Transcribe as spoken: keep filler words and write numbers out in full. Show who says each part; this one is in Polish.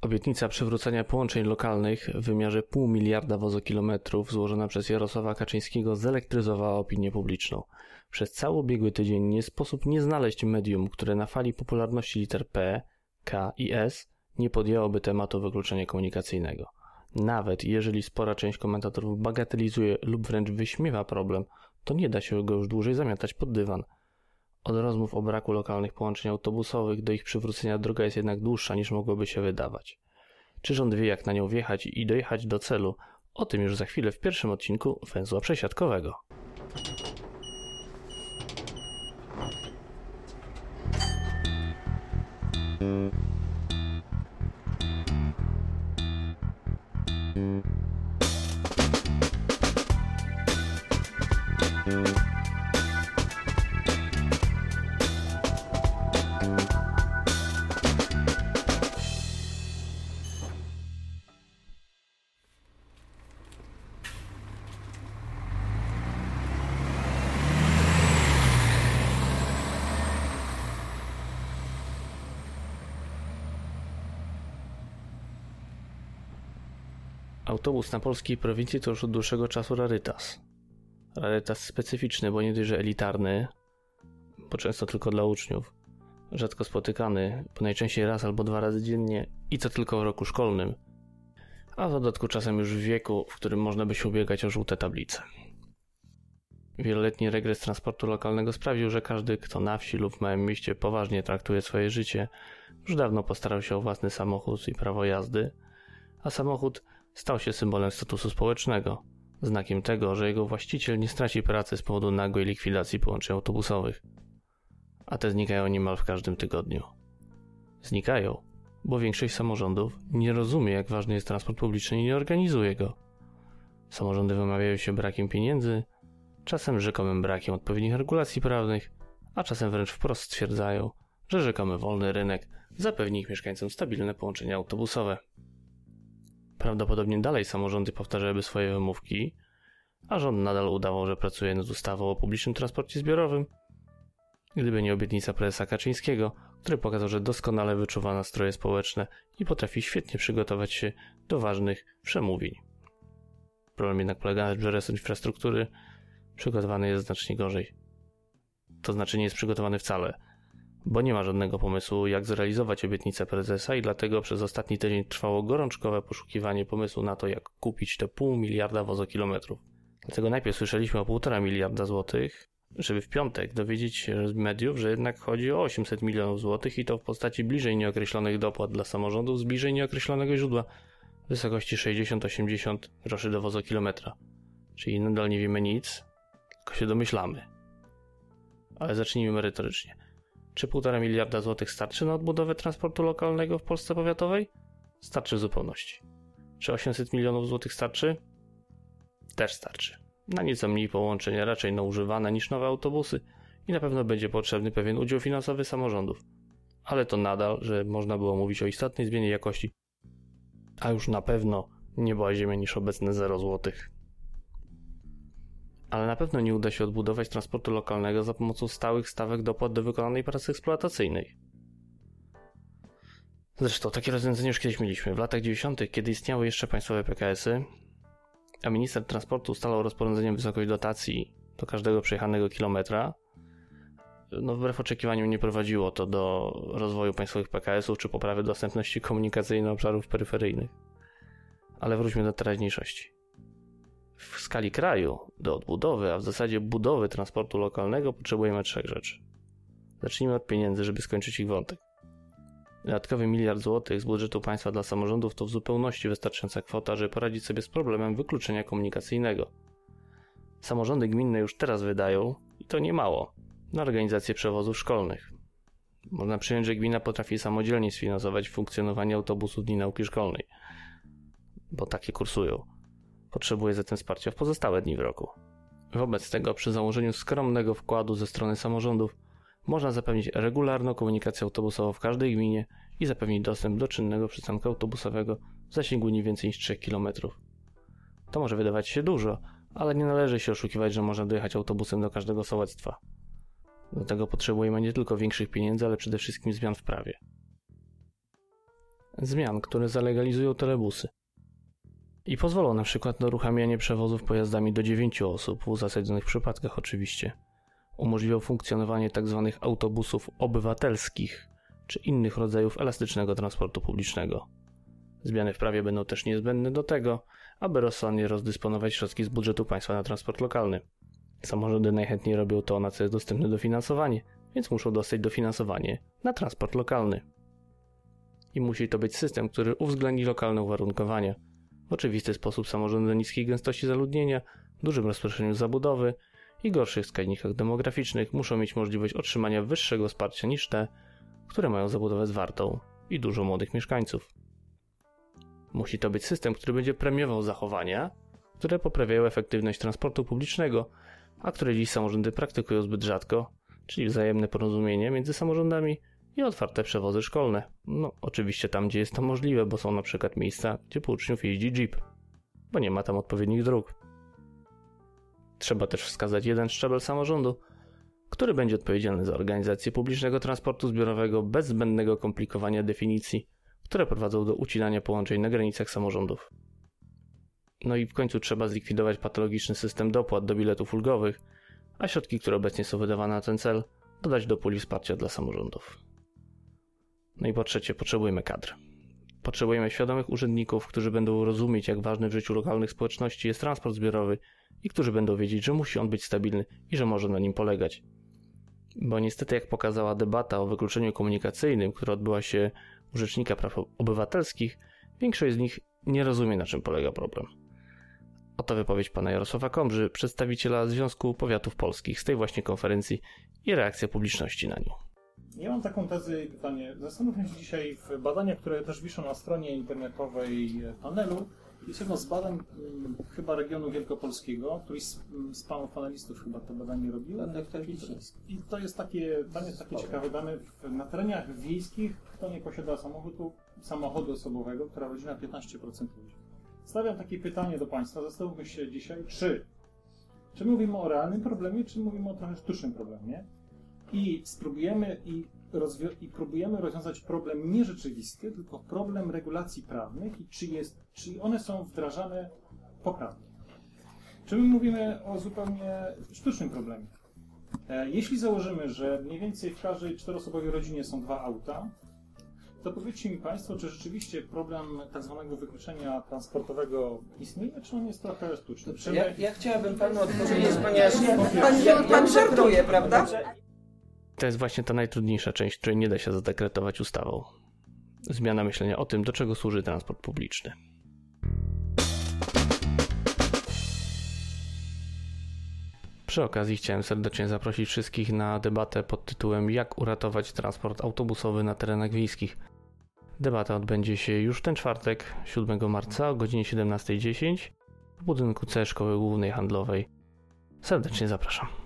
Speaker 1: Obietnica przywrócenia połączeń lokalnych w wymiarze pół miliarda wozokilometrów złożona przez Jarosława Kaczyńskiego zelektryzowała opinię publiczną. Przez cały ubiegły tydzień nie sposób nie znaleźć medium, które na fali popularności liter P, K i S nie podjęłoby tematu wykluczenia komunikacyjnego. Nawet jeżeli spora część komentatorów bagatelizuje lub wręcz wyśmiewa problem, to nie da się go już dłużej zamiatać pod dywan. Od rozmów o braku lokalnych połączeń autobusowych do ich przywrócenia droga jest jednak dłuższa niż mogłoby się wydawać. Czy rząd wie, jak na nią wjechać i dojechać do celu? O tym już za chwilę w pierwszym odcinku Węzła Przesiadkowego. Autobus na polskiej prowincji to już od dłuższego czasu rarytas. Rarytas specyficzny, bo nie dość, że elitarny, bo często tylko dla uczniów, rzadko spotykany, bo najczęściej raz albo dwa razy dziennie i to tylko w roku szkolnym, a w dodatku czasem już w wieku, w którym można by się ubiegać o żółte tablice. Wieloletni regres transportu lokalnego sprawił, że każdy, kto na wsi lub w małym mieście poważnie traktuje swoje życie, już dawno postarał się o własny samochód i prawo jazdy, a samochód stał się symbolem statusu społecznego, znakiem tego, że jego właściciel nie straci pracy z powodu nagłej likwidacji połączeń autobusowych. A te znikają niemal w każdym tygodniu. Znikają, bo większość samorządów nie rozumie, jak ważny jest transport publiczny i nie organizuje go. Samorządy wymawiają się brakiem pieniędzy, czasem rzekomym brakiem odpowiednich regulacji prawnych, a czasem wręcz wprost stwierdzają, że rzekomy wolny rynek zapewni ich mieszkańcom stabilne połączenia autobusowe. Prawdopodobnie dalej samorządy powtarzałyby swoje wymówki, a rząd nadal udawał, że pracuje nad ustawą o publicznym transporcie zbiorowym, gdyby nie obietnica prezesa Kaczyńskiego, który pokazał, że doskonale wyczuwa nastroje społeczne i potrafi świetnie przygotować się do ważnych przemówień. Problem jednak polega na tym, że resort infrastruktury przygotowany jest znacznie gorzej. To znaczy nie jest przygotowany wcale, bo nie ma żadnego pomysłu, jak zrealizować obietnicę prezesa i dlatego przez ostatni tydzień trwało gorączkowe poszukiwanie pomysłu na to, jak kupić te pół miliarda wozokilometrów. Dlatego najpierw słyszeliśmy o półtora miliarda złotych, żeby w piątek dowiedzieć się z mediów, że jednak chodzi o osiemset milionów złotych i to w postaci bliżej nieokreślonych dopłat dla samorządów z bliżej nieokreślonego źródła w wysokości sześćdziesiąt do osiemdziesięciu groszy do wozokilometra. Czyli nadal nie wiemy nic, tylko się domyślamy. Ale zacznijmy merytorycznie. Czy półtora miliarda złotych starczy na odbudowę transportu lokalnego w Polsce powiatowej? Starczy w zupełności. Czy osiemset milionów złotych starczy? Też starczy. Na nieco mniej połączeń, raczej na używane niż nowe autobusy i na pewno będzie potrzebny pewien udział finansowy samorządów. Ale to nadal, że można było mówić o istotnej zmianie jakości, a już na pewno nie była ziemia niż obecne zero złotych. Ale na pewno nie uda się odbudować transportu lokalnego za pomocą stałych stawek dopłat do wykonanej pracy eksploatacyjnej. Zresztą takie rozwiązanie już kiedyś mieliśmy. W latach dziewięćdziesiątych, kiedy istniały jeszcze państwowe P K S y, a minister transportu ustalał rozporządzeniem wysokość dotacji do każdego przejechanego kilometra, no wbrew oczekiwaniom nie prowadziło to do rozwoju państwowych P K S ów czy poprawy dostępności komunikacyjnej obszarów peryferyjnych. Ale wróćmy do teraźniejszości. W skali kraju do odbudowy, a w zasadzie budowy transportu lokalnego potrzebujemy trzech rzeczy. Zacznijmy od pieniędzy, żeby skończyć ich wątek. Dodatkowy miliard złotych z budżetu państwa dla samorządów to w zupełności wystarczająca kwota, żeby poradzić sobie z problemem wykluczenia komunikacyjnego. Samorządy gminne już teraz wydają, i to nie mało, na organizację przewozów szkolnych. Można przyjąć, że gmina potrafi samodzielnie sfinansować funkcjonowanie autobusów dni nauki szkolnej, bo takie kursują. Potrzebuje zatem wsparcia w pozostałe dni w roku. Wobec tego przy założeniu skromnego wkładu ze strony samorządów można zapewnić regularną komunikację autobusową w każdej gminie i zapewnić dostęp do czynnego przystanku autobusowego w zasięgu nie więcej niż trzech kilometrów. To może wydawać się dużo, ale nie należy się oszukiwać, że można dojechać autobusem do każdego sołectwa. Do tego potrzebujemy nie tylko większych pieniędzy, ale przede wszystkim zmian w prawie. zmian, które zalegalizują telebusy i pozwolą na przykład na uruchamianie przewozów pojazdami do dziewięciu osób, w uzasadnionych przypadkach oczywiście. Umożliwią funkcjonowanie tzw. autobusów obywatelskich czy innych rodzajów elastycznego transportu publicznego. Zmiany w prawie będą też niezbędne do tego, aby rozsądnie rozdysponować środki z budżetu państwa na transport lokalny. Samorządy najchętniej robią to, na co jest dostępne dofinansowanie, więc muszą dostać dofinansowanie na transport lokalny. I musi to być system, który uwzględni lokalne uwarunkowania. W oczywisty sposób samorządy o niskiej gęstości zaludnienia, dużym rozproszeniu zabudowy i gorszych wskaźnikach demograficznych muszą mieć możliwość otrzymania wyższego wsparcia niż te, które mają zabudowę zwartą i dużo młodych mieszkańców. Musi to być system, który będzie premiował zachowania, które poprawiają efektywność transportu publicznego, a które dziś samorządy praktykują zbyt rzadko, czyli wzajemne porozumienie między samorządami i otwarte przewozy szkolne. No, oczywiście tam, gdzie jest to możliwe, bo są na przykład miejsca, gdzie po uczniów jeździ jeep, bo nie ma tam odpowiednich dróg. Trzeba też wskazać jeden szczebel samorządu, który będzie odpowiedzialny za organizację publicznego transportu zbiorowego bez zbędnego komplikowania definicji, które prowadzą do ucinania połączeń na granicach samorządów. No i w końcu trzeba zlikwidować patologiczny system dopłat do biletów ulgowych, a środki, które obecnie są wydawane na ten cel, dodać do puli wsparcia dla samorządów. No i po trzecie, potrzebujemy kadr. Potrzebujemy świadomych urzędników, którzy będą rozumieć, jak ważny w życiu lokalnych społeczności jest transport zbiorowy i którzy będą wiedzieć, że musi on być stabilny i że może na nim polegać. Bo niestety, jak pokazała debata o wykluczeniu komunikacyjnym, która odbyła się u Rzecznika Praw Obywatelskich, większość z nich nie rozumie, na czym polega problem. Oto wypowiedź pana Jarosława Kombrzy, przedstawiciela Związku Powiatów Polskich z tej właśnie konferencji i reakcja publiczności na nią.
Speaker 2: Ja mam taką tezę i pytanie. Zastanówmy się dzisiaj w badaniach, które też wiszą na stronie internetowej panelu. Jest jedno z badań hmm, chyba regionu wielkopolskiego, któryś z, z panów panelistów chyba to badanie robił. I, I to jest takie, tam jest takie ciekawe dane. W, na terenach wiejskich, kto nie posiada samochodu, samochodu osobowego, która rodzi na piętnaście procent ludzi. Stawiam takie pytanie do państwa, zastanówmy się dzisiaj, czy, czy mówimy o realnym problemie, czy mówimy o trochę sztucznym problemie. I spróbujemy i, rozwi- i próbujemy rozwiązać problem nie rzeczywisty, tylko problem regulacji prawnych i czy, jest, czy one są wdrażane poprawnie. Czy my mówimy o zupełnie sztucznym problemie? E, jeśli założymy, że mniej więcej w każdej czteroosobowej rodzinie są dwa auta, to powiedzcie mi państwo, czy rzeczywiście problem tak zwanego wykluczenia transportowego istnieje, czy on jest trochę sztuczny?
Speaker 3: Dobrze, ja, ja chciałabym panu odpowiedzieć, ponieważ pan,
Speaker 4: pan, pan żartuje, prawda?
Speaker 1: To jest właśnie ta najtrudniejsza część, której nie da się zadekretować ustawą. Zmiana myślenia o tym, do czego służy transport publiczny. Przy okazji chciałem serdecznie zaprosić wszystkich na debatę pod tytułem Jak uratować transport autobusowy na terenach wiejskich. Debata odbędzie się już w ten czwartek, siódmego marca o godzinie siedemnasta dziesięć w budynku C Szkoły Głównej Handlowej. Serdecznie zapraszam.